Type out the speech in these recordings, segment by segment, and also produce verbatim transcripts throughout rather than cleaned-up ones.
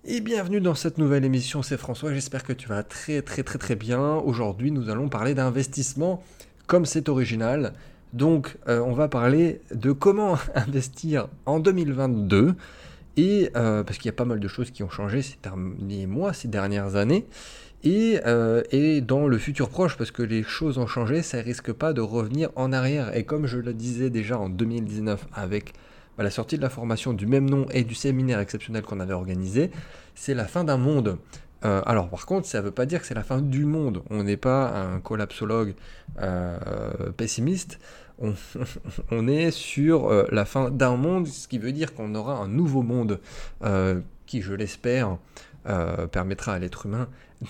Et bienvenue dans cette nouvelle émission, c'est François, j'espère que tu vas très très très très bien. Aujourd'hui nous allons parler d'investissement comme c'est original. Donc euh, on va parler de comment investir en deux mille vingt-deux et euh, parce qu'il y a pas mal de choses qui ont changé ces derniers mois, ces dernières années. Et, euh, et dans le futur proche, parce que les choses ont changé, ça risque pas de revenir en arrière. Et comme je le disais déjà en deux mille dix-neuf avec bah, la sortie de la formation du même nom et du séminaire exceptionnel qu'on avait organisé, c'est la fin d'un monde. Euh, alors par contre, ça ne veut pas dire que c'est la fin du monde. On n'est pas un collapsologue euh, pessimiste. On, on est sur euh, la fin d'un monde, ce qui veut dire qu'on aura un nouveau monde euh, qui, je l'espère, euh, permettra à l'être humain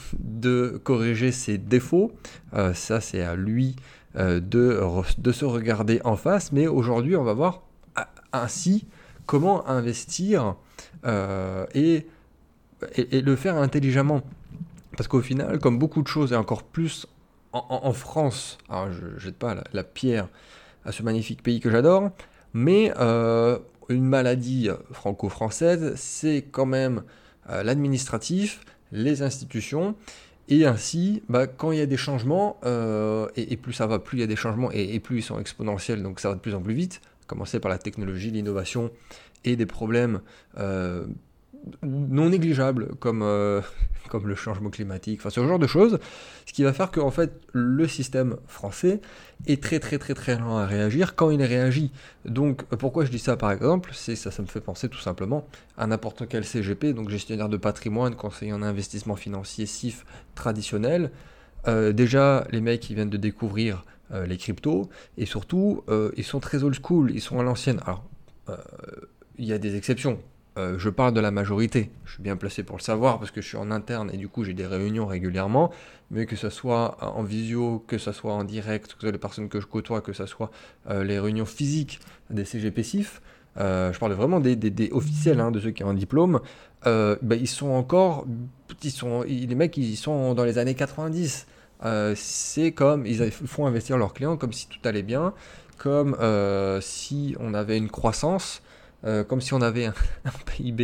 de corriger ses défauts. Euh, ça, c'est à lui euh, de, de se regarder en face. Mais aujourd'hui, on va voir ainsi comment investir euh, et, et, et le faire intelligemment. Parce qu'au final, comme beaucoup de choses, et encore plus en, en, en France, alors je ne jette pas la, la pierre à ce magnifique pays que j'adore, mais euh, une maladie franco-française, c'est quand même euh, l'administratif, les institutions, et ainsi, bah, quand il y a des changements, euh, et, et plus ça va, plus il y a des changements, et, et plus ils sont exponentiels, donc ça va de plus en plus vite, à commencer par la technologie, l'innovation, et des problèmes euh, non négligeables, comme, euh, comme le changement climatique, enfin ce genre de choses, ce qui va faire que en fait, le système français est très très très très lent à réagir quand il réagit. Donc pourquoi je dis ça par exemple, c'est ça, ça me fait penser tout simplement à n'importe quel C G P, donc gestionnaire de patrimoine, conseiller en investissement financier S I F traditionnel. Euh, déjà, les mecs, ils viennent de découvrir euh, les cryptos, et surtout, euh, ils sont très old school, ils sont à l'ancienne. Alors, euh, il y a des exceptions. Euh, je parle de la majorité. Je suis bien placé pour le savoir parce que je suis en interne et du coup j'ai des réunions régulièrement. Mais que ce soit en visio, que ce soit en direct, que ce soit les personnes que je côtoie, que ce soit euh, les réunions physiques des C G P S I F, euh, je parle vraiment des, des, des officiels, hein, de ceux qui ont un diplôme, euh, bah, ils sont encore, ils sont, les mecs ils sont dans les années quatre-vingt-dix. Euh, c'est comme, ils font investir leurs clients comme si tout allait bien, comme euh, si on avait une croissance. Euh, comme si on avait un, un P I B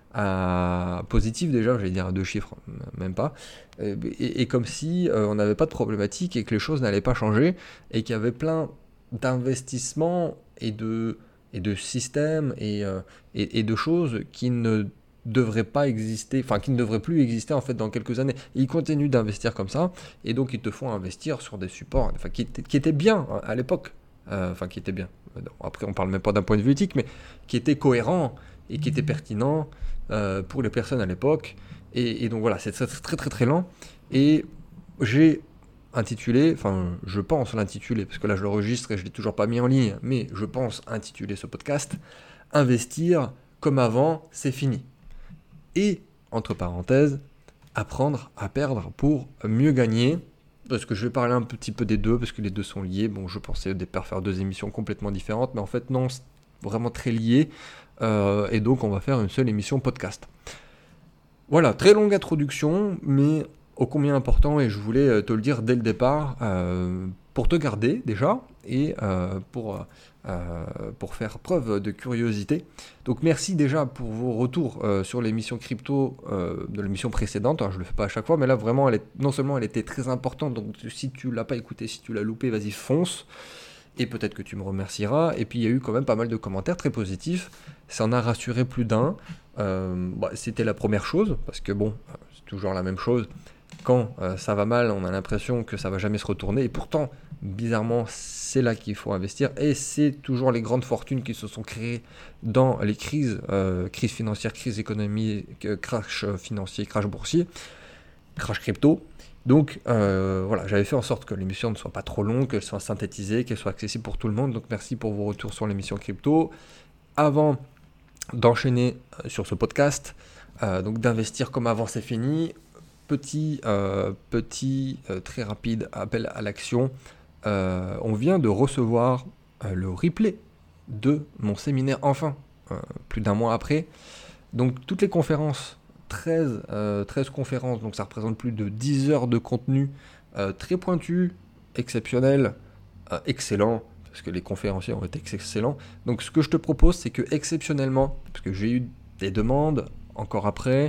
à positif déjà, j'allais dire à deux chiffres, même pas, et, et, et comme si euh, on n'avait pas de problématique et que les choses n'allaient pas changer et qu'il y avait plein d'investissements et de, et de systèmes et, euh, et, et de choses qui ne devraient pas exister, enfin qui ne devraient plus exister en fait dans quelques années. Et ils continuent d'investir comme ça et donc ils te font investir sur des supports, enfin qui étaient, qui étaient bien à l'époque. Euh, enfin qui était bien. Après, on parle même pas d'un point de vue éthique, mais qui était cohérent et qui était pertinent euh, pour les personnes à l'époque. Et, et donc voilà, c'est très très très très lent. Et j'ai intitulé, enfin je pense l'intituler, parce que là je l'enregistre et je l'ai toujours pas mis en ligne, mais je pense intituler ce podcast Investir comme avant, c'est fini. Et, entre parenthèses, apprendre à perdre pour mieux gagner. Parce que je vais parler un petit peu des deux, parce que les deux sont liés. Bon, je pensais au départ faire deux émissions complètement différentes, mais en fait non, c'est vraiment très lié. Euh, et donc on va faire une seule émission podcast. Voilà, très longue introduction, mais ô combien important, et je voulais te le dire dès le départ, euh, pour te garder déjà, et euh, pour, euh, pour faire preuve de curiosité. Donc merci déjà pour vos retours euh, sur l'émission crypto euh, de l'émission précédente. Alors, je ne le fais pas à chaque fois, mais là vraiment, elle est, non seulement elle était très importante, donc si tu l'as pas écouté, si tu l'as loupé, vas-y fonce. Et peut-être que tu me remercieras. Et puis il y a eu quand même pas mal de commentaires très positifs. Ça en a rassuré plus d'un. Euh, bah, c'était la première chose, parce que bon, c'est toujours la même chose. Quand euh, ça va mal, on a l'impression que ça va jamais se retourner. Et pourtant, bizarrement, c'est là qu'il faut investir. Et c'est toujours les grandes fortunes qui se sont créées dans les crises, euh, crise financière, crise économique, crash financier, crash boursier, crash crypto. Donc euh, voilà, j'avais fait en sorte que l'émission ne soit pas trop longue, qu'elle soit synthétisée, qu'elle soit accessible pour tout le monde. Donc merci pour vos retours sur l'émission crypto. Avant d'enchaîner sur ce podcast, euh, donc d'investir comme avant c'est fini, petit, euh, petit euh, très rapide appel à l'action. Euh, on vient de recevoir euh, le replay de mon séminaire, enfin, euh, plus d'un mois après. Donc toutes les conférences, treize, euh, treize conférences, donc ça représente plus de dix heures de contenu euh, très pointu, exceptionnel, euh, excellent, parce que les conférenciers ont été excellents. Donc ce que je te propose, c'est que exceptionnellement, parce que j'ai eu des demandes encore après,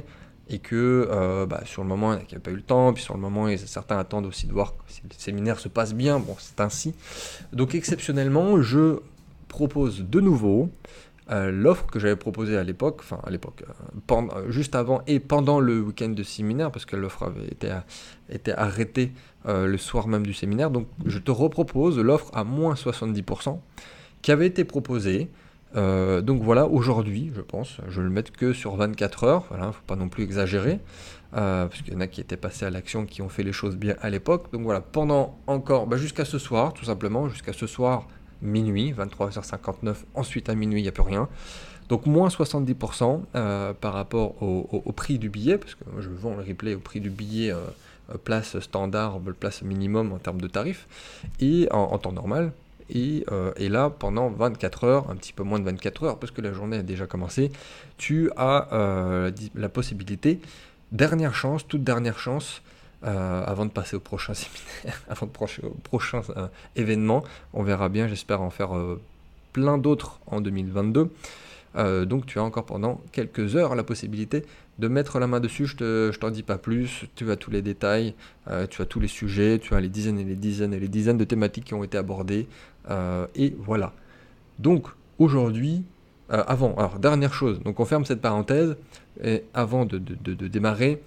et que euh, bah, sur le moment, il n'y en a qui n'avaient pas eu le temps, puis sur le moment, et certains attendent aussi de voir si le séminaire se passe bien. Bon, c'est ainsi. Donc exceptionnellement, je propose de nouveau euh, l'offre que j'avais proposée à l'époque, enfin à l'époque, euh, pendant, juste avant et pendant le week-end de séminaire, parce que l'offre avait été, été arrêtée euh, le soir même du séminaire. Donc je te repropose l'offre à moins soixante-dix pour cent qui avait été proposée. Euh, donc voilà, aujourd'hui, je pense, je vais le mettre que sur vingt-quatre heures, voilà, faut pas non plus exagérer, euh, parce qu'il y en a qui étaient passés à l'action, qui ont fait les choses bien à l'époque. Donc voilà, pendant encore, bah jusqu'à ce soir, tout simplement, jusqu'à ce soir, minuit, vingt-trois heures cinquante-neuf, ensuite à minuit, il n'y a plus rien. Donc moins soixante-dix pour cent euh, par rapport au, au, au prix du billet, parce que moi je vends le replay au prix du billet, euh, place standard, place minimum en termes de tarifs, et en, en temps normal. Et, euh, et là, pendant vingt-quatre heures, un petit peu moins de vingt-quatre heures, parce que la journée a déjà commencé, tu as euh, la possibilité, dernière chance, toute dernière chance, euh, avant de passer au prochain séminaire, avant de proche, au prochain euh, événement, on verra bien, j'espère en faire euh, plein d'autres en deux mille vingt-deux. Euh, donc tu as encore pendant quelques heures la possibilité de mettre la main dessus. Je te, je t'en dis pas plus, tu as tous les détails, euh, tu as tous les sujets, tu as les dizaines et les dizaines et les dizaines de thématiques qui ont été abordées, euh, et voilà. Donc aujourd'hui, euh, avant, alors dernière chose, donc on ferme cette parenthèse, et avant de, de, de, de démarrer,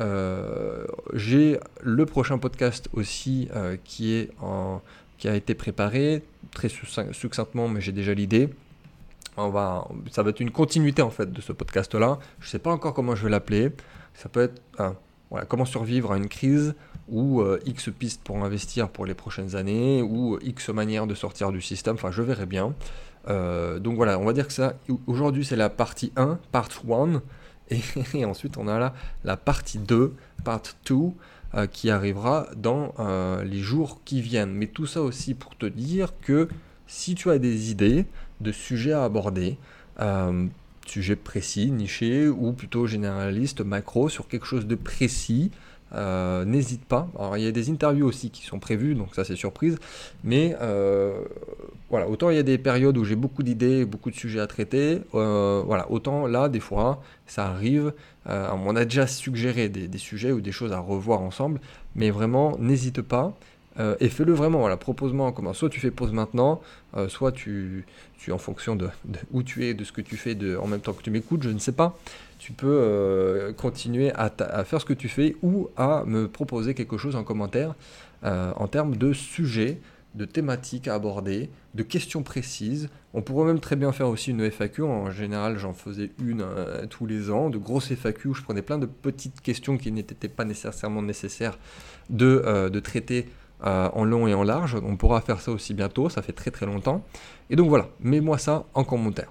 euh, j'ai le prochain podcast aussi euh, qui, est en, qui a été préparé, très succinctement, mais j'ai déjà l'idée. On va, ça va être une continuité en fait de ce podcast-là. Je ne sais pas encore comment je vais l'appeler. Ça peut être hein, voilà, comment survivre à une crise, ou euh, X pistes pour investir pour les prochaines années, ou X manières de sortir du système. Enfin, je verrai bien. Euh, donc voilà, on va dire que ça. Aujourd'hui, c'est la partie un, part un, et, et ensuite on a là la partie deux, part deux, euh, qui arrivera dans euh, les jours qui viennent. Mais tout ça aussi pour te dire que si tu as des idées de sujets à aborder, euh, sujets précis, nichés, ou plutôt généralistes, macro, sur quelque chose de précis, euh, n'hésite pas. Alors il y a des interviews aussi qui sont prévues, donc ça c'est surprise, mais euh, voilà, autant il y a des périodes où j'ai beaucoup d'idées, beaucoup de sujets à traiter, euh, voilà, autant là des fois ça arrive, euh, on a déjà suggéré des, des sujets ou des choses à revoir ensemble, mais vraiment n'hésite pas. Euh, et fais-le vraiment, voilà, propose-moi en commun. Soit tu fais pause maintenant, euh, soit tu, tu, en fonction de, de où tu es, de ce que tu fais, de, en même temps que tu m'écoutes, je ne sais pas, tu peux euh, continuer à, ta, à faire ce que tu fais, ou à me proposer quelque chose en commentaire euh, en termes de sujets, de thématiques à aborder, de questions précises. On pourrait même très bien faire aussi une F A Q. En général, j'en faisais une euh, tous les ans, de grosses F A Q où je prenais plein de petites questions qui n'étaient pas nécessairement nécessaires de, euh, de traiter Euh, en long et en large. On pourra faire ça aussi bientôt, ça fait très très longtemps. Et donc voilà, mets-moi ça en commentaire.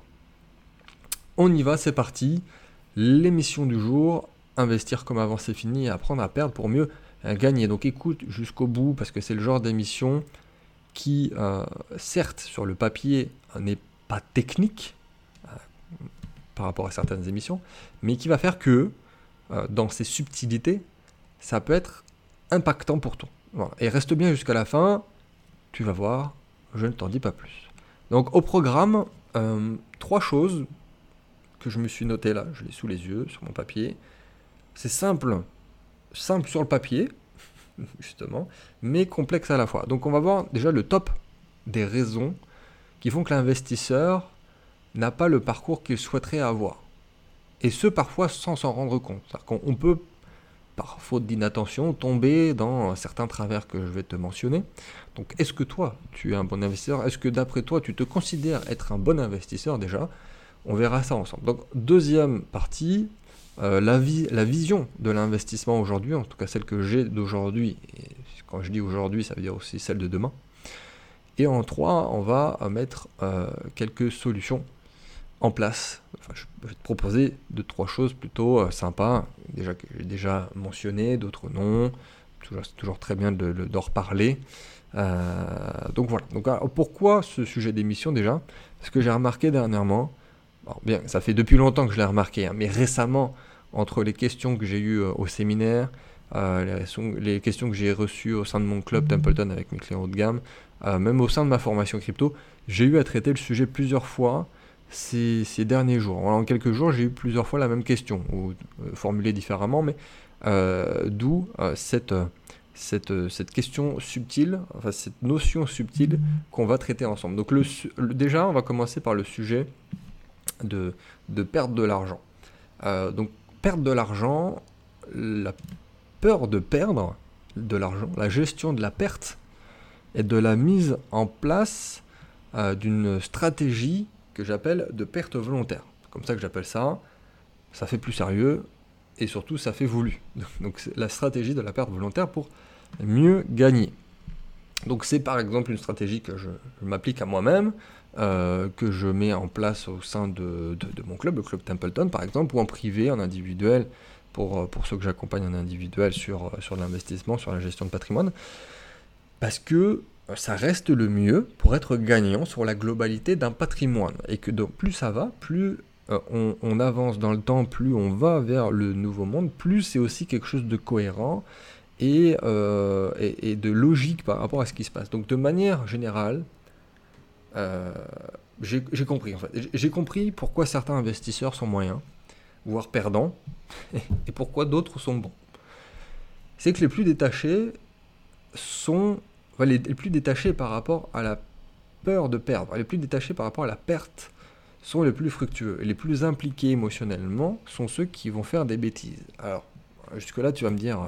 On y va, c'est parti. L'émission du jour, investir comme avant c'est fini et apprendre à perdre pour mieux euh, gagner. Donc écoute jusqu'au bout, parce que c'est le genre d'émission qui, euh, certes, sur le papier, n'est pas technique euh, par rapport à certaines émissions, mais qui va faire que, euh, dans ses subtilités, ça peut être impactant pour toi. Voilà. Et reste bien jusqu'à la fin, tu vas voir, je ne t'en dis pas plus. Donc au programme, euh, trois choses que je me suis notées là, je l'ai sous les yeux, sur mon papier. C'est simple, simple sur le papier, justement, mais complexe à la fois. Donc on va voir déjà le top des raisons qui font que l'investisseur n'a pas le parcours qu'il souhaiterait avoir. Et ce, parfois, sans s'en rendre compte. C'est-à-dire qu'on peut, par faute d'inattention, tomber dans certains travers que je vais te mentionner. Donc, est-ce que toi, tu es un bon investisseur ? Est-ce que d'après toi, tu te considères être un bon investisseur déjà ? On verra ça ensemble. Donc, deuxième partie, euh, la, vi- la vision de l'investissement aujourd'hui, en tout cas celle que j'ai d'aujourd'hui, et quand je dis aujourd'hui, ça veut dire aussi celle de demain. Et en trois, on va mettre euh, quelques solutions en place. Enfin, je vais te proposer deux, trois choses plutôt euh, sympas, déjà que j'ai déjà mentionné, d'autres non. Toujours, c'est toujours très bien de, de, d'en reparler. Euh, donc voilà. Donc, alors, pourquoi ce sujet d'émission déjà ? Parce que j'ai remarqué dernièrement, bon, bien, ça fait depuis longtemps que je l'ai remarqué, hein, mais récemment, entre les questions que j'ai eues euh, au séminaire, euh, les, les questions que j'ai reçues au sein de mon club Templeton avec mes clients haut de gamme, euh, même au sein de ma formation crypto, j'ai eu à traiter le sujet plusieurs fois. ces, ces derniers jours. En quelques jours, j'ai eu plusieurs fois la même question, ou euh, formulée différemment, mais euh, d'où euh, cette, cette, cette question subtile, enfin cette notion subtile qu'on va traiter ensemble. Donc le, le, déjà, on va commencer par le sujet de, de perdre de l'argent. Euh, donc perdre de l'argent, la peur de perdre de l'argent, la gestion de la perte et de la mise en place euh, d'une stratégie que j'appelle de perte volontaire. C'est comme ça que j'appelle ça. Ça fait plus sérieux et surtout ça fait voulu. Donc c'est la stratégie de la perte volontaire pour mieux gagner. Donc c'est par exemple une stratégie que je, je m'applique à moi-même, euh, que je mets en place au sein de, de, de mon club, le club Templeton par exemple, ou en privé, en individuel, pour, pour ceux que j'accompagne en individuel sur, sur l'investissement, sur la gestion de patrimoine, parce que ça reste le mieux pour être gagnant sur la globalité d'un patrimoine. Et que donc plus ça va, plus euh, on, on avance dans le temps, plus on va vers le nouveau monde, plus c'est aussi quelque chose de cohérent et, euh, et, et de logique par rapport à ce qui se passe. Donc de manière générale, euh, j'ai, j'ai compris en fait. J'ai compris pourquoi certains investisseurs sont moyens, voire perdants, et pourquoi d'autres sont bons. C'est que les plus détachés sont... Enfin, les, les plus détachés par rapport à la peur de perdre, les plus détachés par rapport à la perte sont les plus fructueux. Et les plus impliqués émotionnellement sont ceux qui vont faire des bêtises. Alors, jusque-là, tu vas me dire, euh,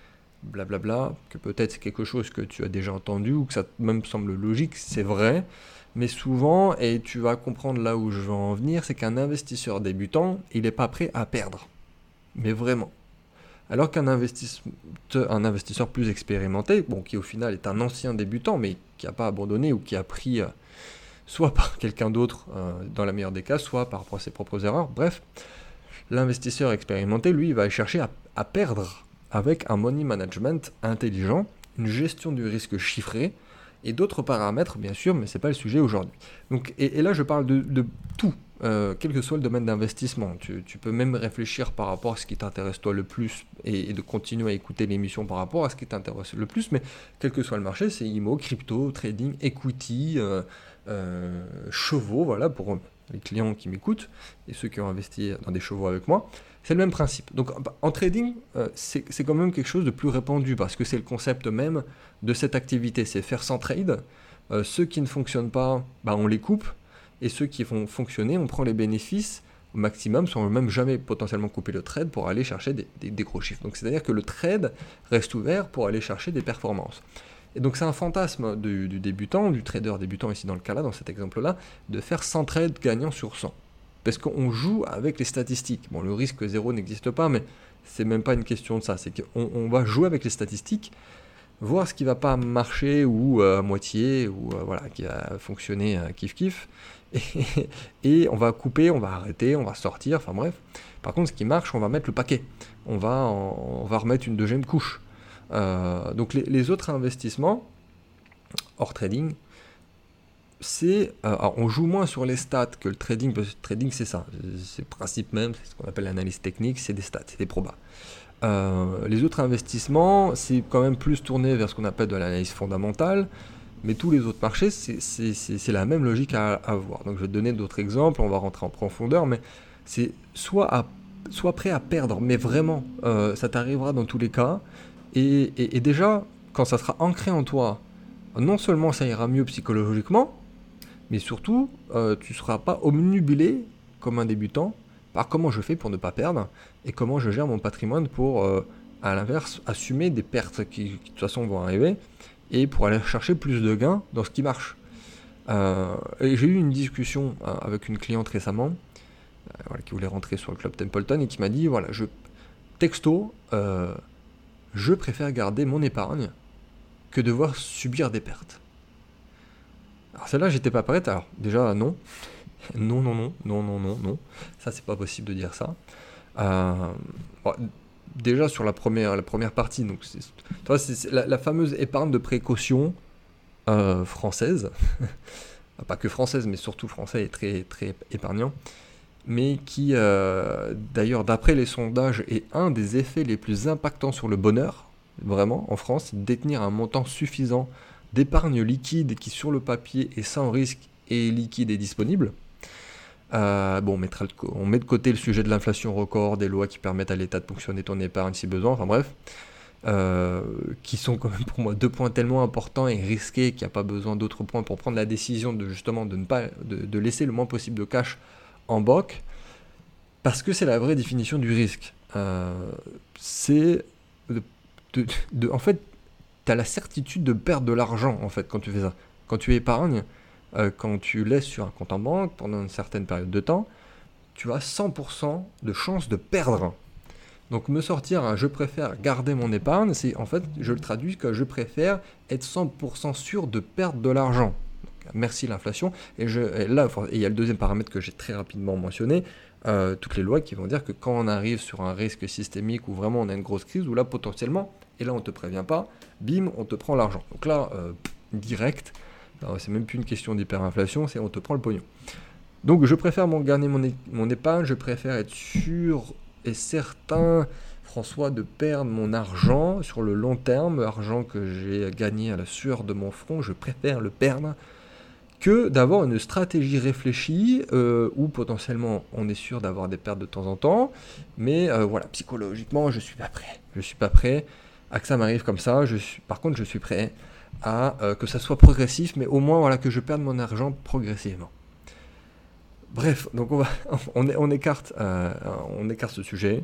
blablabla, que peut-être c'est quelque chose que tu as déjà entendu ou que ça même semble logique, c'est vrai. Mais souvent, et tu vas comprendre là où je veux en venir, c'est qu'un investisseur débutant, il n'est pas prêt à perdre. Mais vraiment. Alors qu'un investisseur, un investisseur plus expérimenté, bon, qui au final est un ancien débutant, mais qui n'a pas abandonné ou qui a pris euh, soit par quelqu'un d'autre, euh, dans la meilleure des cas, soit par rapport à ses propres erreurs, bref, l'investisseur expérimenté, lui, il va chercher à, à perdre avec un money management intelligent, une gestion du risque chiffrée, et d'autres paramètres, bien sûr, mais ce n'est pas le sujet aujourd'hui. Donc, et, et là, je parle de, de tout. Euh, quel que soit le domaine d'investissement, tu, tu peux même réfléchir par rapport à ce qui t'intéresse toi le plus et, et de continuer à écouter l'émission par rapport à ce qui t'intéresse le plus, mais quel que soit le marché, c'est I M O, crypto, trading, equity, euh, euh, chevaux, voilà, pour les clients qui m'écoutent et ceux qui ont investi dans des chevaux avec moi, c'est le même principe. Donc en trading, euh, c'est, c'est quand même quelque chose de plus répandu parce que c'est le concept même de cette activité, c'est faire sans trade, euh, ceux qui ne fonctionnent pas, bah, on les coupe, et ceux qui vont fonctionner, on prend les bénéfices au maximum, sans même jamais potentiellement couper le trade pour aller chercher des, des, des gros chiffres. Donc c'est-à-dire que le trade reste ouvert pour aller chercher des performances. Et donc c'est un fantasme du, du débutant, du trader débutant ici dans le cas-là, dans cet exemple-là, de faire cent trades gagnants sur cent. Parce qu'on joue avec les statistiques. Bon, le risque zéro n'existe pas, mais c'est même pas une question de ça. C'est qu'on on va jouer avec les statistiques, voir ce qui va pas marcher ou euh, à moitié, ou euh, voilà, qui va fonctionner euh, kiff-kiff. Et, et on va couper, on va arrêter, on va sortir, enfin bref. Par contre, ce qui marche, on va mettre le paquet. On va, en, on va remettre une deuxième couche. Euh, donc les, les autres investissements, hors trading, c'est... Euh, alors on joue moins sur les stats que le trading, parce que le trading c'est ça. C'est le principe même, c'est ce qu'on appelle l'analyse technique, c'est des stats, c'est des probas. Euh, les autres investissements, c'est quand même plus tourné vers ce qu'on appelle de l'analyse fondamentale. Mais tous les autres marchés, c'est, c'est, c'est, c'est la même logique à avoir. Donc je vais te donner d'autres exemples, on va rentrer en profondeur, mais c'est soit, à, soit prêt à perdre, mais vraiment, euh, ça t'arrivera dans tous les cas. Et, et, et déjà, quand ça sera ancré en toi, non seulement ça ira mieux psychologiquement, mais surtout, euh, tu ne seras pas omnubilé comme un débutant par comment je fais pour ne pas perdre et comment je gère mon patrimoine pour, euh, à l'inverse, assumer des pertes qui, qui de toute façon vont arriver, et pour aller chercher plus de gains dans ce qui marche. Euh, et j'ai eu une discussion euh, avec une cliente récemment, euh, voilà, qui voulait rentrer sur le club Templeton, et qui m'a dit, voilà, je, texto, euh, je préfère garder mon épargne que devoir subir des pertes. Alors celle-là, j'étais pas prête, alors déjà, non, non, non, non, non, non, non, non, ça c'est pas possible de dire ça. Euh, bon, déjà sur la première, la première partie, donc c'est, tu vois, c'est, c'est la, la fameuse épargne de précaution euh, française, pas que française, mais surtout français et très, très épargnant, mais qui, euh, d'ailleurs, d'après les sondages, est un des effets les plus impactants sur le bonheur, vraiment, en France, c'est de détenir un montant suffisant d'épargne liquide qui, sur le papier, est sans risque et liquide et disponible. Euh, bon, on, mettra de co- on met de côté le sujet de l'inflation record, des lois qui permettent à l'État de ponctionner ton épargne si besoin, enfin bref, euh, qui sont quand même pour moi deux points tellement importants et risqués qu'il n'y a pas besoin d'autres points pour prendre la décision de justement de ne pas de, de laisser le moins possible de cash en banque, parce que c'est la vraie définition du risque. Euh, c'est de, de- de- en fait, tu as la certitude de perdre de l'argent en fait quand tu fais ça. Quand tu épargnes, euh, quand tu laisses sur un compte en banque pendant une certaine période de temps, tu as cent pour cent de chance de perdre. Donc me sortir un je préfère garder mon épargne, c'est en fait, je le traduis que je préfère être cent pour cent sûr de perdre de l'argent. Donc, merci l'inflation. Et, je, et là, il y a le deuxième paramètre que j'ai très rapidement mentionné, euh, toutes les lois qui vont dire que quand on arrive sur un risque systémique où vraiment on a une grosse crise, où là potentiellement, et là on ne te prévient pas, bim, on te prend l'argent. Donc là, euh, direct, alors, c'est même plus une question d'hyperinflation, c'est on te prend le pognon. Donc je préfère mon, garder mon, é- mon épargne, je préfère être sûr et certain, François, de perdre mon argent sur le long terme, argent que j'ai gagné à la sueur de mon front, je préfère le perdre que d'avoir une stratégie réfléchie euh, où potentiellement on est sûr d'avoir des pertes de temps en temps, mais euh, voilà, psychologiquement je suis pas prêt. Je suis pas prêt à que ça m'arrive comme ça. Je suis, par contre, je suis prêt à euh, que ça soit progressif, mais au moins voilà que je perde mon argent progressivement. Bref, donc on, va, on, on, écarte, euh, on écarte ce sujet.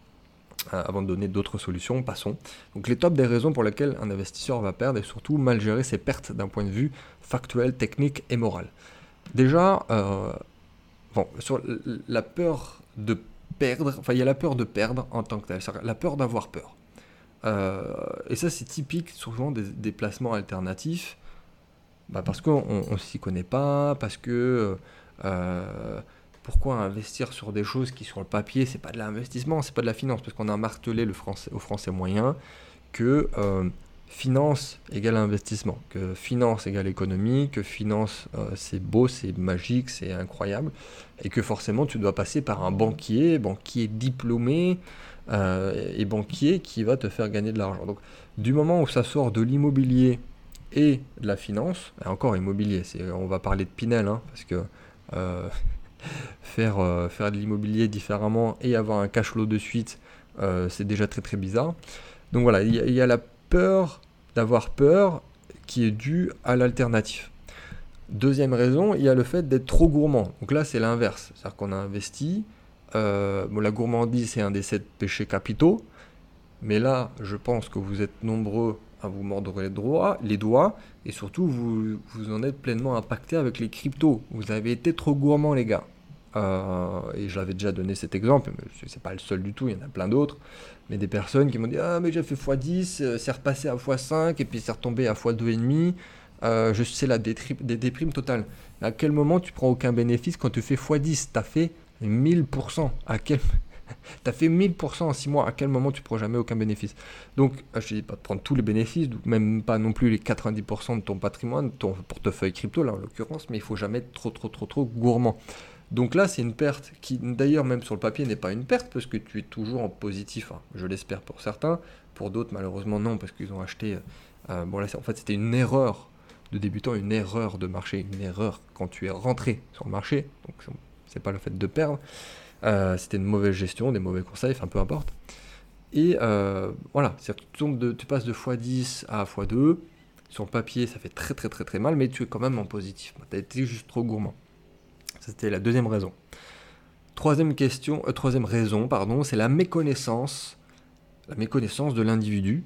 Euh, avant de donner d'autres solutions, passons. Donc les top des raisons pour lesquelles un investisseur va perdre et surtout mal gérer ses pertes d'un point de vue factuel, technique et moral. Déjà, euh, bon, sur la peur de perdre, enfin il y a la peur de perdre en tant que tel, la peur d'avoir peur. Euh, et ça c'est typique souvent des, des placements alternatifs, bah parce qu'on ne s'y connaît pas, parce que euh, pourquoi investir sur des choses qui sur le papier c'est pas de l'investissement, c'est pas de la finance, parce qu'on a martelé le français, au français moyen que euh, finance égale investissement, que finance égale économie, que finance euh, c'est beau, c'est magique, c'est incroyable, et que forcément tu dois passer par un banquier, banquier diplômé euh, et banquier qui va te faire gagner de l'argent. Donc du moment où ça sort de l'immobilier et de la finance, et encore immobilier, c'est, on va parler de Pinel, hein, parce que euh, faire, euh, faire de l'immobilier différemment et avoir un cash flow de suite, euh, c'est déjà très très bizarre. Donc voilà, il y, y, a la peur d'avoir peur qui est due à l'alternative. Deuxième raison, il y a le fait d'être trop gourmand. Donc là, c'est l'inverse. C'est-à-dire qu'on a investi. Euh, bon, la gourmandise, c'est un des sept péchés capitaux. Mais là, je pense que vous êtes nombreux à vous mordre les doigts, les doigts et surtout, vous, vous en êtes pleinement impacté avec les cryptos. Vous avez été trop gourmand, les gars. Euh, et je l'avais déjà donné cet exemple, mais c'est pas le seul du tout, il y en a plein d'autres. Mais des personnes qui m'ont dit ah mais j'ai fait fois dix, euh, c'est repassé à fois cinq et puis c'est retombé à fois deux virgule cinq. Euh, je sais la détri- des déprimes totale. À quel moment tu prends aucun bénéfice quand tu fais fois dix? T'as fait mille pour cent. À quel T'as fait mille pour cent en six mois, à quel moment tu ne prends jamais aucun bénéfice? Donc, je ne te dis pas de prendre tous les bénéfices, même pas non plus les quatre-vingt-dix pour cent de ton patrimoine, de ton portefeuille crypto là en l'occurrence, mais il ne faut jamais être trop trop trop trop gourmand. Donc là, c'est une perte qui, d'ailleurs, même sur le papier, n'est pas une perte parce que tu es toujours en positif. Hein. Je l'espère pour certains, pour d'autres, malheureusement, non, parce qu'ils ont acheté. Euh, bon, là, en fait, c'était une erreur de débutant, une erreur de marché, une erreur quand tu es rentré sur le marché. Donc, c'est pas le fait de perdre. Euh, c'était une mauvaise gestion, des mauvais conseils, enfin peu importe. Et euh, voilà, tu, de, tu passes de fois dix à fois deux. Sur le papier, ça fait très très très très mal, mais tu es quand même en positif. Tu as été juste trop gourmand. C'était la deuxième raison. Troisième question, euh, troisième raison, pardon, c'est la méconnaissance, la méconnaissance de l'individu,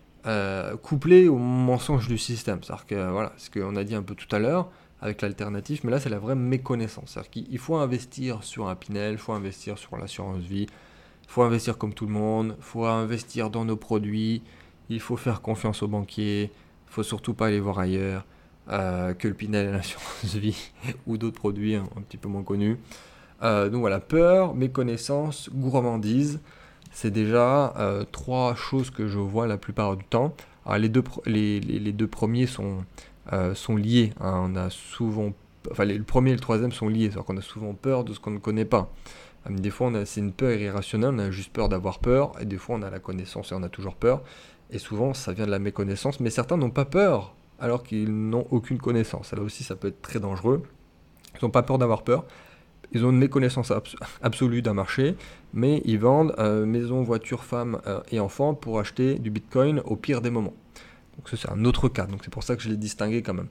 euh, couplée au mensonge du système. C'est-à-dire que voilà, ce qu'on a dit un peu tout à l'heure avec l'alternative, mais là c'est la vraie méconnaissance. C'est-à-dire qu'il faut investir sur un Pinel, il faut investir sur l'assurance vie, il faut investir comme tout le monde, il faut investir dans nos produits, il faut faire confiance aux banquiers, il ne faut surtout pas aller voir ailleurs euh, que le Pinel et l'assurance vie ou d'autres produits hein, un petit peu moins connus. Euh, donc voilà, peur, méconnaissance, gourmandise, c'est déjà euh, trois choses que je vois la plupart du temps. Alors les deux, les, les, les deux premiers sont, euh, sont liés. Hein. On a souvent, enfin les, le premier et le troisième sont liés, c'est-à-dire qu'on a souvent peur de ce qu'on ne connaît pas. Euh, des fois, on a, c'est une peur irrationnelle, on a juste peur d'avoir peur, et des fois, on a la connaissance et on a toujours peur. Et souvent, ça vient de la méconnaissance, mais certains n'ont pas peur alors qu'ils n'ont aucune connaissance. Là aussi, ça peut être très dangereux. Ils n'ont pas peur d'avoir peur. ils ont une méconnaissance abs- absolue d'un marché, mais ils vendent euh, maisons, voitures, femmes euh, et enfants pour acheter du Bitcoin au pire des moments. Donc ça, c'est un autre cas, donc c'est pour ça que je l'ai distingué quand même.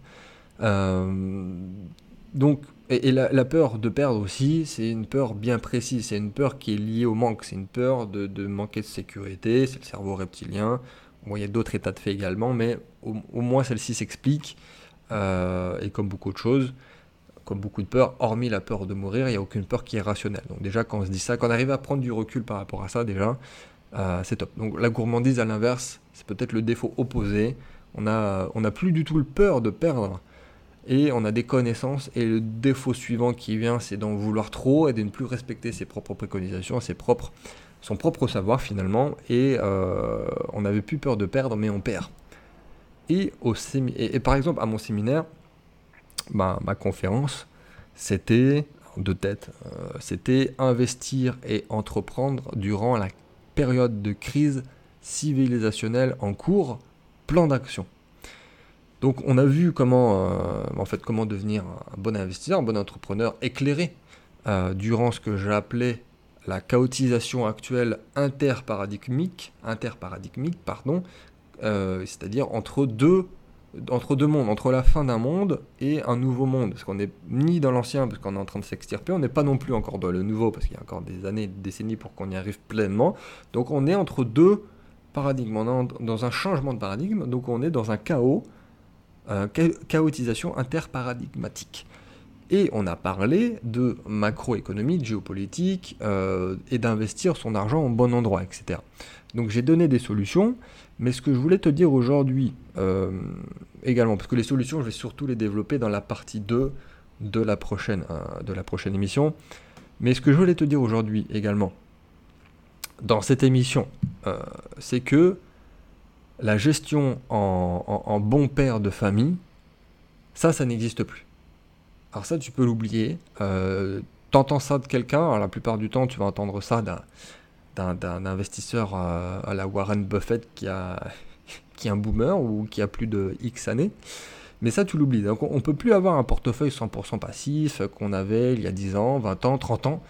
Euh, donc, et, et la, la peur de perdre aussi, c'est une peur bien précise, c'est une peur qui est liée au manque, c'est une peur de, de manquer de sécurité, c'est le cerveau reptilien. Bon, il y a d'autres états de fait également, mais au, au moins celle-ci s'explique, euh, et comme beaucoup de choses, comme beaucoup de peurs, hormis la peur de mourir, il n'y a aucune peur qui est rationnelle. Donc déjà, quand on se dit ça, quand on arrive à prendre du recul par rapport à ça, déjà, euh, c'est top. Donc la gourmandise, à l'inverse, c'est peut-être le défaut opposé. On a, on n'a plus du tout le peur de perdre, et on a des connaissances, et le défaut suivant qui vient, c'est d'en vouloir trop, et de ne plus respecter ses propres préconisations, ses propres, son propre savoir finalement, et euh, on n'avait plus peur de perdre, mais on perd. Et, au sémi- et, et par exemple, à mon séminaire, ma, ma conférence, c'était, de tête, euh, c'était investir et entreprendre durant la période de crise civilisationnelle en cours, plan d'action. Donc on a vu comment, euh, en fait, comment devenir un bon investisseur, un bon entrepreneur éclairé euh, durant ce que j'appelais la chaotisation actuelle interparadigmique, interparadigmique pardon, euh, c'est-à-dire entre deux, entre deux mondes, entre la fin d'un monde et un nouveau monde. Parce qu'on n'est ni dans l'ancien, parce qu'on est en train de s'extirper, on n'est pas non plus encore dans le nouveau, parce qu'il y a encore des années, des décennies pour qu'on y arrive pleinement. Donc on est entre deux paradigmes, on est dans un changement de paradigme, donc on est dans un chaos, euh, chaotisation interparadigmatique. Et on a parlé de macroéconomie, de géopolitique, euh, et d'investir son argent au bon endroit, et cetera. Donc j'ai donné des solutions, mais ce que je voulais te dire aujourd'hui, euh, également, parce que les solutions, je vais surtout les développer dans la partie deux de la prochaine, euh, de la prochaine émission, mais ce que je voulais te dire aujourd'hui également, dans cette émission, euh, c'est que la gestion en, en, en bon père de famille, ça, ça n'existe plus. Alors ça, tu peux l'oublier. Euh, T'entends ça de quelqu'un, alors la plupart du temps, tu vas entendre ça d'un, d'un, d'un investisseur euh, à la Warren Buffett qui a qui est un boomer ou qui a plus de X années. Mais ça, tu l'oublies. Donc on ne peut plus avoir un portefeuille cent pour cent passif qu'on avait il y a dix ans, vingt ans, trente ans.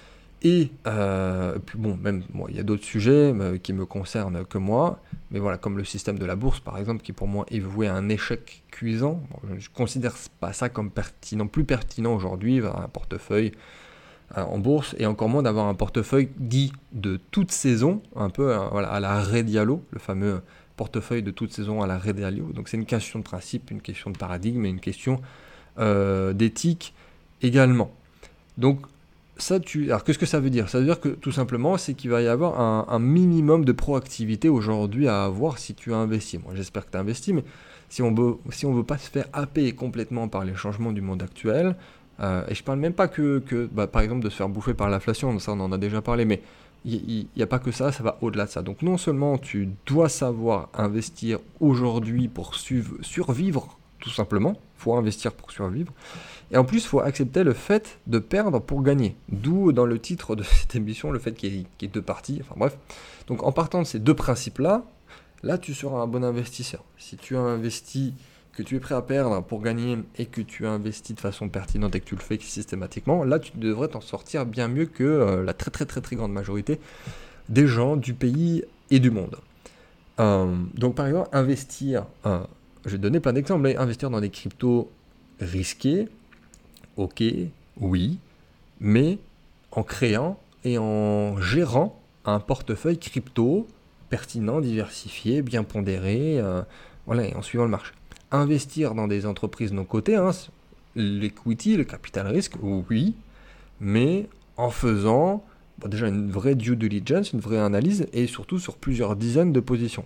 Et euh, puis bon, même bon, il y a d'autres sujets euh, qui me concernent que moi, mais voilà, comme le système de la bourse par exemple, qui pour moi est voué à un échec cuisant. Bon, je ne considère pas ça comme pertinent, plus pertinent aujourd'hui, un portefeuille euh, en bourse, et encore moins d'avoir un portefeuille dit de toute saison, un peu euh, voilà, à la Ray Diallo, le fameux portefeuille de toute saison à la Ray Diallo. Donc c'est une question de principe, une question de paradigme et une question euh, d'éthique également. Donc ça, tu... Alors, qu'est-ce que ça veut dire? Ça veut dire que, tout simplement, c'est qu'il va y avoir un, un minimum de proactivité aujourd'hui à avoir si tu as investi. Moi, j'espère que tu as investi, mais si on veut, si on veut pas se faire happer complètement par les changements du monde actuel, euh, et je parle même pas que, que bah, par exemple, de se faire bouffer par l'inflation, ça, on en a déjà parlé, mais il n'y a pas que ça, ça va au-delà de ça. Donc, non seulement tu dois savoir investir aujourd'hui pour suv- survivre, tout simplement, il faut investir pour survivre, et en plus, il faut accepter le fait de perdre pour gagner. D'où, dans le titre de cette émission, le fait qu'il y ait, qu'il y ait deux parties. Enfin bref. Donc en partant de ces deux principes-là, là tu seras un bon investisseur. Si tu as investi, que tu es prêt à perdre pour gagner, et que tu as investi de façon pertinente et que tu le fais systématiquement, là tu devrais t'en sortir bien mieux que euh, la très très très très grande majorité des gens du pays et du monde. Euh, donc par exemple, investir, euh, je vais te donner plein d'exemples, mais investir dans des cryptos risqués, ok, oui, mais en créant et en gérant un portefeuille crypto pertinent, diversifié, bien pondéré, euh, voilà, et en suivant le marché. Investir dans des entreprises non cotées, hein, l'equity, le capital risque, oui, mais en faisant bon, déjà une vraie due diligence, une vraie analyse, et surtout sur plusieurs dizaines de positions.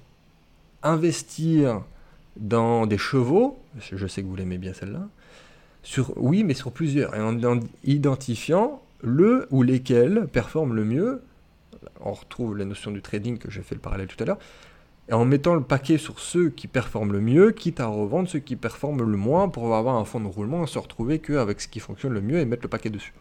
Investir dans des chevaux, je sais que vous l'aimez bien celle-là, Sur, oui, mais sur plusieurs, et en, en identifiant le ou lesquels performent le mieux. On retrouve la notion du trading que j'ai fait le parallèle tout à l'heure, et en mettant le paquet sur ceux qui performent le mieux, quitte à revendre ceux qui performent le moins pour avoir un fonds de roulement et se retrouver qu'avec ce qui fonctionne le mieux et mettre le paquet dessus.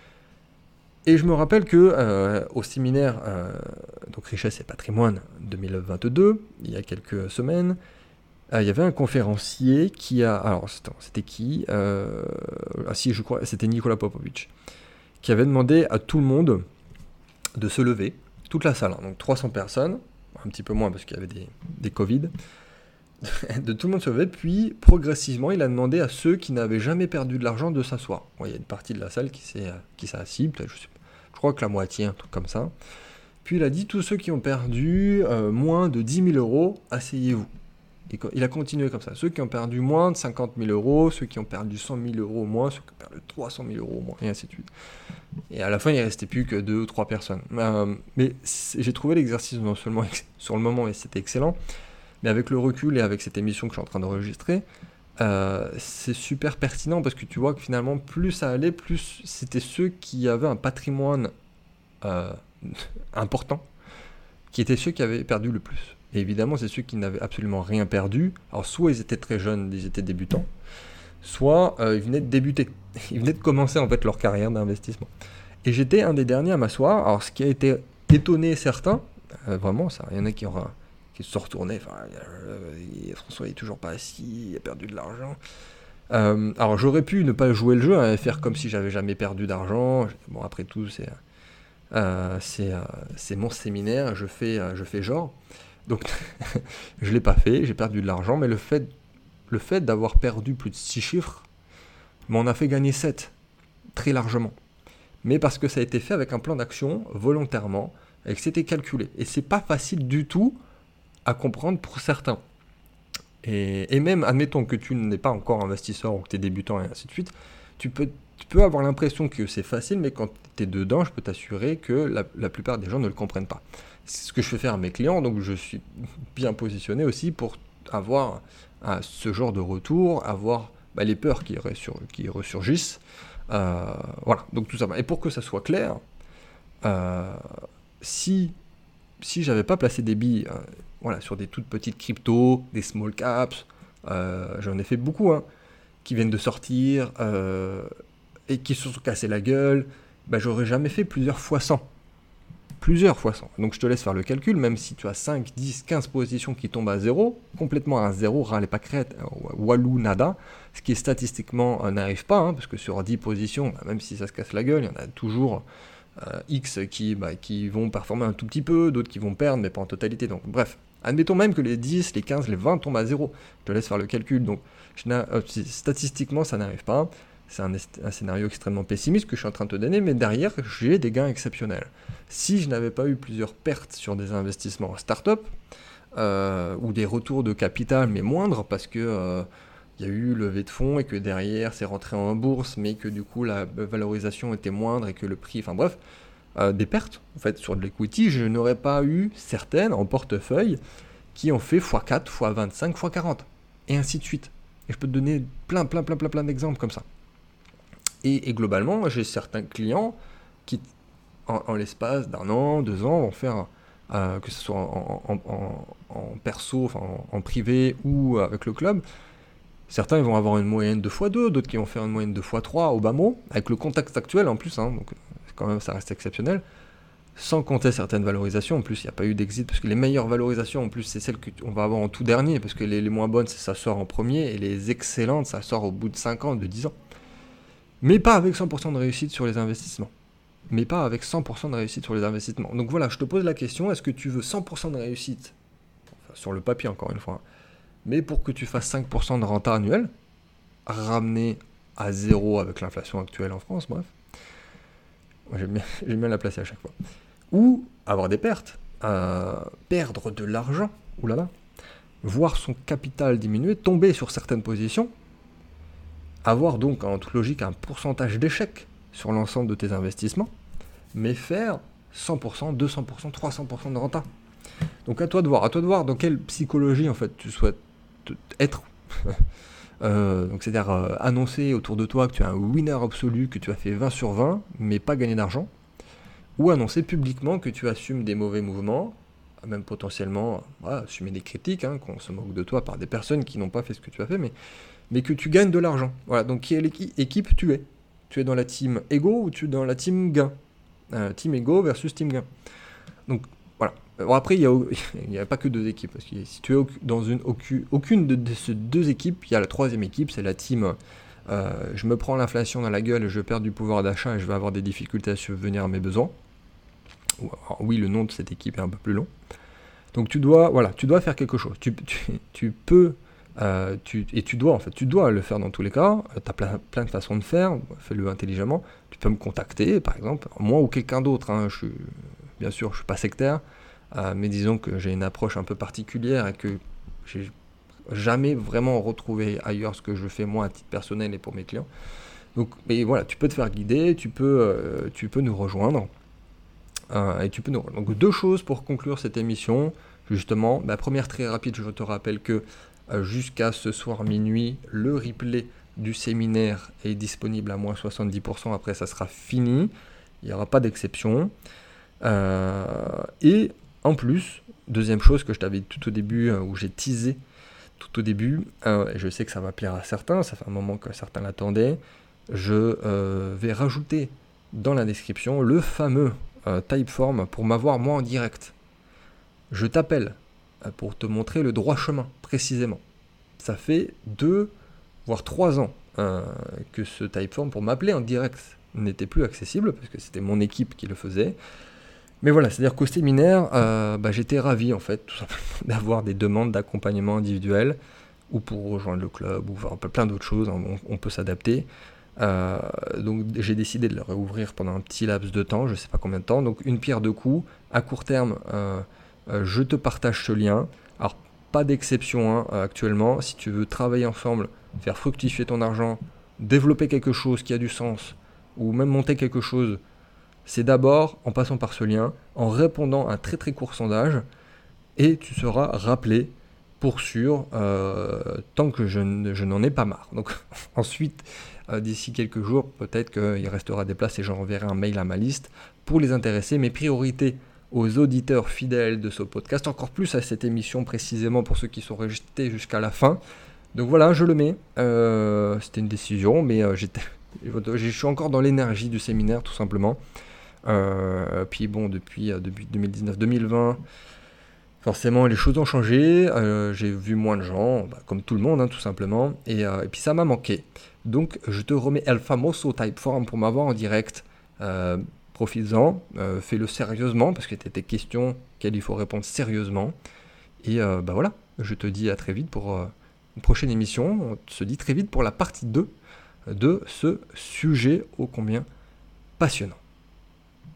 Et je me rappelle que euh, au séminaire euh, donc Richesse et Patrimoine deux mille vingt-deux, il y a quelques semaines, il euh, y avait un conférencier qui a... Alors, c'était qui euh, Ah si, je crois, c'était Nicolas Popovic, qui avait demandé à tout le monde de se lever, toute la salle, hein, donc trois cents personnes, un petit peu moins parce qu'il y avait des, des Covid, de tout le monde se lever, puis progressivement il a demandé à ceux qui n'avaient jamais perdu de l'argent de s'asseoir. Bon, il y a une partie de la salle qui s'est, qui s'est assise, peut-être, je, sais, je crois que la moitié, un truc comme ça. Puis il a dit, tous ceux qui ont perdu euh, moins de dix mille euros, asseyez-vous. Et il a continué comme ça. Ceux qui ont perdu moins de cinquante mille euros, ceux qui ont perdu cent mille euros au moins, ceux qui ont perdu trois cent mille euros au moins, et ainsi de suite. Et à la fin, il ne restait plus que deux ou trois personnes. Euh, mais j'ai trouvé l'exercice non seulement ex- sur le moment, et c'était excellent, mais avec le recul et avec cette émission que je suis en train d'enregistrer, euh, c'est super pertinent parce que tu vois que finalement, plus ça allait, plus c'était ceux qui avaient un patrimoine euh, important, qui étaient ceux qui avaient perdu le plus. Et évidemment, c'est ceux qui n'avaient absolument rien perdu. Alors, soit ils étaient très jeunes, ils étaient débutants, soit euh, ils venaient de débuter. Ils venaient de commencer en fait leur carrière d'investissement. Et j'étais un des derniers à m'asseoir. Alors, ce qui a été étonné certains, euh, vraiment, ça, il y en a qui, aura, qui se sont retournés. Enfin, euh, François, il est toujours pas assis, il a perdu de l'argent. Euh, alors, j'aurais pu ne pas jouer le jeu, hein, et faire comme si j'avais jamais perdu d'argent. Bon, après tout, c'est, euh, c'est, euh, c'est mon séminaire, je fais, euh, je fais genre. Donc, je ne l'ai pas fait, j'ai perdu de l'argent, mais le fait, le fait d'avoir perdu plus de six chiffres m'en a fait gagner sept, très largement. Mais parce que ça a été fait avec un plan d'action, volontairement, et que c'était calculé. Et c'est pas facile du tout à comprendre pour certains. Et, et même, admettons que tu n'es pas encore investisseur ou que tu es débutant et ainsi de suite, tu peux, tu peux avoir l'impression que c'est facile, mais quand tu es dedans, je peux t'assurer que la, la plupart des gens ne le comprennent pas. C'est ce que je fais faire à mes clients, donc je suis bien positionné aussi pour avoir euh, ce genre de retour, avoir bah, les peurs qui, ressur- qui ressurgissent. Euh, voilà, donc tout ça. Et pour que ça soit clair, euh, si, si j'avais pas placé des billes euh, voilà, sur des toutes petites cryptos, des small caps, euh, j'en ai fait beaucoup, hein, qui viennent de sortir euh, et qui se sont cassés la gueule, bah, j'aurais jamais fait plusieurs fois cent. Plusieurs fois cent. Donc je te laisse faire le calcul, même si tu as cinq, dix, quinze positions qui tombent à zéro, complètement à zéro, ras les pâquerettes, walou nada, ce qui statistiquement euh, n'arrive pas, hein, parce que sur dix positions, bah, même si ça se casse la gueule, il y en a toujours euh, X qui, bah, qui vont performer un tout petit peu, d'autres qui vont perdre, mais pas en totalité. Donc bref, admettons même que les dix, les quinze, les vingt tombent à zéro. Je te laisse faire le calcul. Donc je euh, statistiquement, ça n'arrive pas. C'est un, est- un scénario extrêmement pessimiste que je suis en train de te donner, mais derrière, j'ai des gains exceptionnels. Si je n'avais pas eu plusieurs pertes sur des investissements en start-up, euh, ou des retours de capital, mais moindres, parce que euh, il y a eu levée de fonds et que derrière, c'est rentré en bourse, mais que du coup, la valorisation était moindre et que le prix... Enfin bref, euh, des pertes, en fait, sur de l'equity, je n'aurais pas eu certaines en portefeuille qui ont fait fois quatre, fois vingt-cinq, fois quarante, et ainsi de suite. Et je peux te donner plein, plein, plein, plein, plein d'exemples comme ça. Et, et globalement, j'ai certains clients qui, en, en l'espace d'un an, deux ans, vont faire, euh, que ce soit en, en, en, en perso, enfin en, en privé ou avec le club, certains ils vont avoir une moyenne de fois deux, d'autres qui vont faire une moyenne de fois trois au bas mot, avec le contexte actuel en plus, hein, donc quand même ça reste exceptionnel, sans compter certaines valorisations. En plus, il n'y a pas eu d'exit, parce que les meilleures valorisations, en plus, c'est celles qu'on va avoir en tout dernier, parce que les, les moins bonnes, ça sort en premier, et les excellentes, ça sort au bout de cinq ans, de dix ans. Mais pas avec cent pour cent de réussite sur les investissements. Mais pas avec cent pour cent de réussite sur les investissements. Donc voilà, je te pose la question, est-ce que tu veux cent pour cent de réussite, enfin, sur le papier encore une fois, mais pour que tu fasses cinq pour cent de renta annuel, ramené à zéro avec l'inflation actuelle en France, bref. Moi, j'aime bien, j'aime bien la placer à chaque fois. Ou avoir des pertes, euh, perdre de l'argent, oulala, voir son capital diminuer, tomber sur certaines positions, avoir donc en toute logique un pourcentage d'échec sur l'ensemble de tes investissements, mais faire cent pour cent, deux cents pour cent, trois cents pour cent de renta. Donc à toi de voir, à toi de voir dans quelle psychologie en fait tu souhaites être. euh, donc c'est-à-dire euh, annoncer autour de toi que tu es un winner absolu, que tu as fait vingt sur vingt, mais pas gagné d'argent, ou annoncer publiquement que tu assumes des mauvais mouvements, même potentiellement voilà, assumer des critiques, hein, qu'on se moque de toi par des personnes qui n'ont pas fait ce que tu as fait, mais mais que tu gagnes de l'argent. Voilà, donc quelle équipe tu es? Tu es dans la team Ego ou tu es dans la team Gain? euh, Team Ego versus team Gain. Donc voilà. Bon, après, il n'y a, a pas que deux équipes. Parce que si tu es dans une, aucune, aucune de, de ces deux équipes, il y a la troisième équipe, c'est la team euh, je me prends l'inflation dans la gueule et je perds du pouvoir d'achat et je vais avoir des difficultés à subvenir à mes besoins. Alors, oui, le nom de cette équipe est un peu plus long. Donc tu dois, voilà, tu dois faire quelque chose. Tu, tu, tu peux, euh, tu, et tu dois en fait, tu dois le faire dans tous les cas. Tu as plein, plein de façons de faire, fais-le intelligemment. Tu peux me contacter, par exemple, moi ou quelqu'un d'autre. Hein, je suis, bien sûr, je suis pas sectaire, euh, mais disons que j'ai une approche un peu particulière et que j'ai jamais vraiment retrouvé ailleurs ce que je fais moi à titre personnel et pour mes clients. Donc, mais voilà, tu peux te faire guider, tu peux, euh, tu peux nous rejoindre. Euh, et tu peux nous... Donc deux choses pour conclure cette émission, justement. La première, très rapide, je te rappelle que euh, jusqu'à ce soir minuit, le replay du séminaire est disponible à moins soixante-dix pour cent, après ça sera fini, il n'y aura pas d'exception. Euh, et en plus, deuxième chose que je t'avais dit tout au début, euh, où j'ai teasé tout au début, euh, et je sais que ça va plaire à certains, ça fait un moment que certains l'attendaient, je euh, vais rajouter dans la description le fameux Euh, Typeform pour m'avoir moi en direct. Je t'appelle euh, pour te montrer le droit chemin, précisément. Ça fait deux, voire trois ans euh, que ce Typeform pour m'appeler en direct n'était plus accessible, parce que c'était mon équipe qui le faisait. Mais voilà, c'est-à-dire qu'au séminaire, euh, bah, j'étais ravi en fait, tout simplement, d'avoir des demandes d'accompagnement individuel, ou pour rejoindre le club, ou enfin, plein d'autres choses, hein, on, on peut s'adapter. Euh, donc j'ai décidé de le réouvrir pendant un petit laps de temps, je ne sais pas combien de temps, donc une pierre deux coups. À court terme, euh, euh, je te partage ce lien. Alors pas d'exception hein, actuellement, si tu veux travailler ensemble, faire fructifier ton argent, développer quelque chose qui a du sens, ou même monter quelque chose, c'est d'abord en passant par ce lien, en répondant à un très très court sondage, et tu seras rappelé pour sûr, euh, tant que je, n- je n'en ai pas marre. Donc ensuite, euh, d'ici quelques jours, peut-être qu'il restera des places et j'enverrai un mail à ma liste pour les intéresser. Mes priorités aux auditeurs fidèles de ce podcast, encore plus à cette émission précisément pour ceux qui sont restés jusqu'à la fin. Donc voilà, je le mets. Euh, c'était une décision, mais euh, j'étais, je suis encore dans l'énergie du séminaire tout simplement. Euh, puis bon, depuis, euh, depuis deux mille dix-neuf deux mille vingt, forcément les choses ont changé, euh, j'ai vu moins de gens, bah, comme tout le monde hein, tout simplement, et, euh, et puis ça m'a manqué. Donc je te remets El Famoso Typeform pour m'avoir en direct. Euh, Profites-en, euh, fais-le sérieusement, parce que c'était des questions auxquelles il faut répondre sérieusement. Et euh, bah voilà, je te dis à très vite pour euh, une prochaine émission, on se dit très vite pour la partie deux de ce sujet ô combien passionnant.